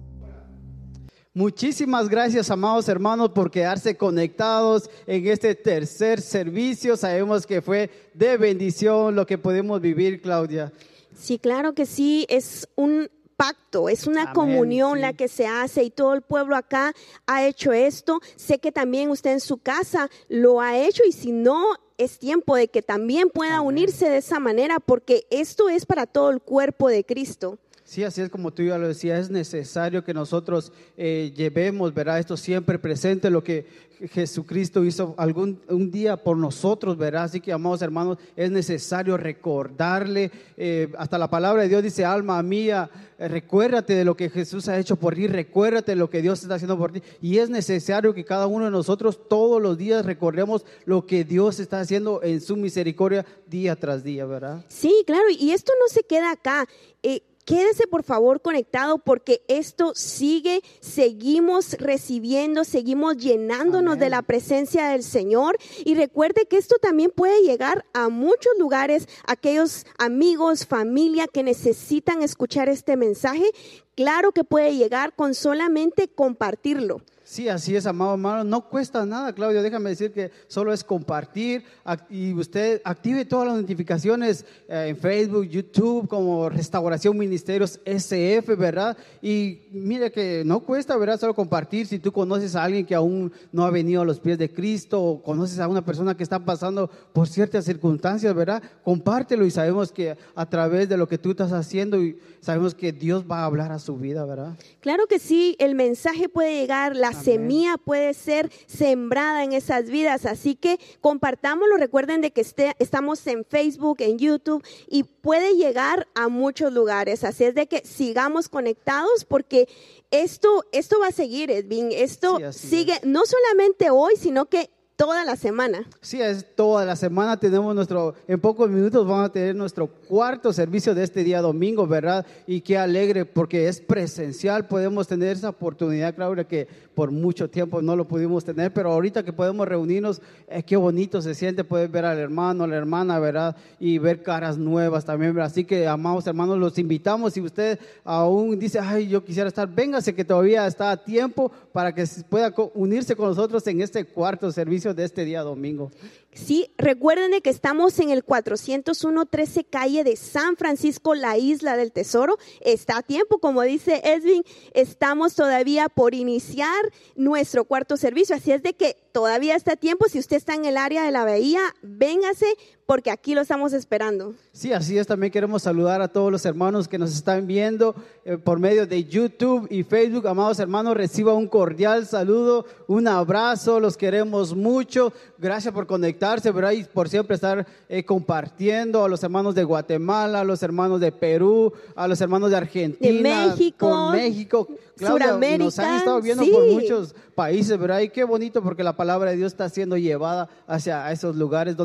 Muchísimas gracias, amados hermanos, por quedarse conectados en este tercer servicio. Sabemos que fue de bendición lo que podemos vivir, Claudia. Sí, claro que sí, es un pacto, es una Amén, comunión sí. la que se hace, y todo el pueblo acá ha hecho esto. Sé que también usted en su casa lo ha hecho, y si no, es tiempo de que también pueda Amén. unirse de esa manera, porque esto es para todo el cuerpo de Cristo. Sí, así es como tú ya lo decías, es necesario que nosotros llevemos, ¿verdad? Esto siempre presente, lo que Jesucristo hizo un día por nosotros, ¿verdad? Así que, amados hermanos, es necesario recordarle, hasta la palabra de Dios dice: alma mía, recuérdate de lo que Jesús ha hecho por ti, recuérdate de lo que Dios está haciendo por ti. Y es necesario que cada uno de nosotros todos los días recordemos lo que Dios está haciendo en su misericordia día tras día, ¿verdad? Sí, claro, y esto no se queda acá. Quédese por favor conectado, porque esto sigue, seguimos recibiendo, seguimos llenándonos Amén. de la presencia del Señor. Y recuerde que esto también puede llegar a muchos lugares, aquellos amigos, familia que necesitan escuchar este mensaje. Claro que puede llegar con solamente compartirlo. Sí, así es, amado hermano, no cuesta nada, Claudio, déjame decir que solo es compartir, y usted active todas las notificaciones en Facebook, YouTube, como Restauración Ministerios SF, ¿verdad? Y mire que no cuesta, ¿verdad? Solo compartir. Si tú conoces a alguien que aún no ha venido a los pies de Cristo, o conoces a una persona que está pasando por ciertas circunstancias, ¿verdad? Compártelo, y sabemos que a través de lo que tú estás haciendo, y sabemos que Dios va a hablar a su vida, ¿verdad? Claro que sí, el mensaje puede llegar, la Amén. semilla puede ser sembrada en esas vidas, así que compartámoslo. Recuerden de que estamos en Facebook, en YouTube, y puede llegar a muchos lugares, así es de que sigamos conectados, porque esto va a seguir, Edwin, esto Sí, así sigue es. no solamente hoy, sino que toda la semana. Sí, es toda la semana. Tenemos en pocos minutos vamos a tener nuestro cuarto servicio de este día domingo, ¿verdad? Y qué alegre, porque es presencial, podemos tener esa oportunidad, Claudia, que por mucho tiempo no lo pudimos tener, pero ahorita que podemos reunirnos, qué bonito se siente poder ver al hermano, a la hermana, ¿verdad? Y ver caras nuevas también, ¿verdad? Así que, amados hermanos, los invitamos. Si usted aún dice: ay, yo quisiera estar, véngase, que todavía está a tiempo para que pueda unirse con nosotros en este cuarto servicio de este día domingo. Sí, recuerden de que estamos en el 401 13 calle de San Francisco, la Isla del Tesoro. Está a tiempo, como dice Edwin, estamos todavía por iniciar nuestro cuarto servicio, así es de que todavía está a tiempo. Si usted está en el área de la bahía, véngase, porque aquí lo estamos esperando. Sí, así es. También queremos saludar a todos los hermanos que nos están viendo por medio de YouTube y Facebook. Amados hermanos, reciba un cordial saludo, un abrazo, los queremos mucho. Gracias por conectarse, ¿verdad? Y por siempre estar compartiendo. A los hermanos de Guatemala, a los hermanos de Perú, a los hermanos de Argentina, de México, por México, Claudia, Suramérica. nos han estado viendo sí. por muchos países, ¿verdad? Y qué bonito, porque la palabra de Dios está siendo llevada hacia esos lugares donde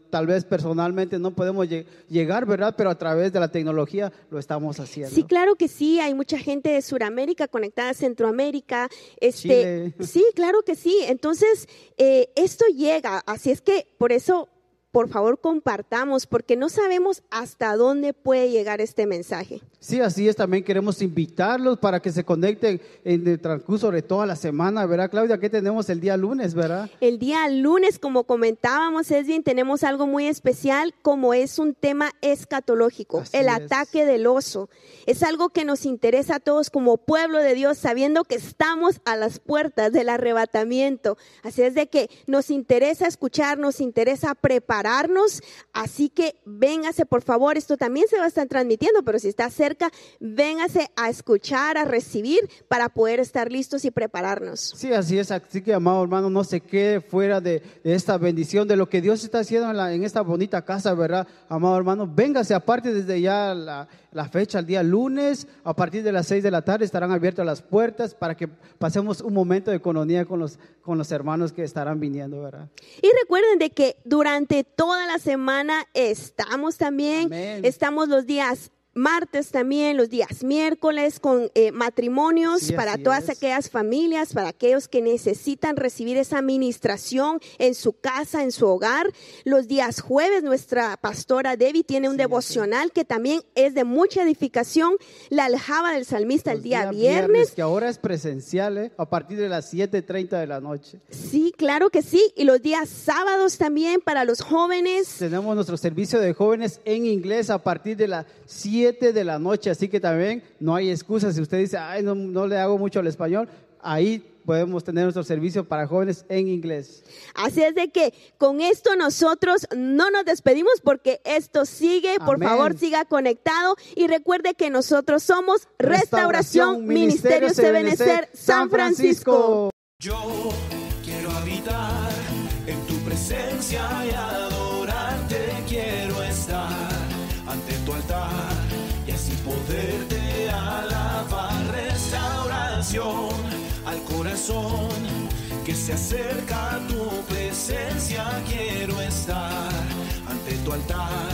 tal vez personalmente no podemos llegar, ¿verdad? Pero a través de la tecnología lo estamos haciendo. Sí, claro que sí, hay mucha gente de Sudamérica conectada a Centroamérica. Chile. Sí, claro que sí. Entonces, esto llega, así es que por eso, por favor, compartamos, porque no sabemos hasta dónde puede llegar este mensaje. Sí, así es, también queremos invitarlos para que se conecten en el transcurso de toda la semana, ¿verdad, Claudia? ¿Qué tenemos el día lunes, verdad? El día lunes, como comentábamos, Esvin, tenemos algo muy especial, como es un tema escatológico, Así el es. ataque del oso. Es algo que nos interesa a todos como pueblo de Dios, sabiendo que estamos a las puertas del arrebatamiento. Así es de que nos interesa escuchar, nos interesa prepararnos, así que véngase, por favor, esto también se va a estar transmitiendo, pero si está cerca, véngase a escuchar, a recibir, para poder estar listos y prepararnos. Sí, así es, así que, amado hermano, no se quede fuera de esta bendición, de lo que Dios está haciendo en esta bonita casa, ¿verdad? Amado hermano, véngase, aparte desde ya la fecha, el día lunes, a partir de las 6 de la tarde estarán abiertas las puertas para que pasemos un momento de economía con los hermanos que estarán viniendo, ¿verdad? Y recuerden de que durante toda la semana estamos también, Amén. estamos los días martes también, los días miércoles con matrimonios Sí, para así todas es. aquellas familias, para aquellos que necesitan recibir esa administración en su casa, en su hogar. Los días jueves nuestra pastora Debbie tiene un Sí, devocional que también es de mucha edificación, la aljaba del salmista el Los día días viernes. que ahora es presencial, a partir de las 7:30 de la noche. Sí, claro que sí, y los días sábados también para los jóvenes. Tenemos nuestro servicio de jóvenes en inglés a partir de las 7 de la noche, así que también no hay excusa. Si usted dice, ay, no le hago mucho al español, ahí podemos tener nuestro servicio para jóvenes en inglés. Así es de que con esto nosotros no nos despedimos porque esto sigue. Por Amén. favor, siga conectado y recuerde que nosotros somos Restauración Ministerios Ebenecer San Francisco. Yo quiero habitar en tu presencia y adorarte, quiero estar ante tu altar y así poderte alabar. Restauración al corazón que se acerca a tu presencia, quiero estar ante tu altar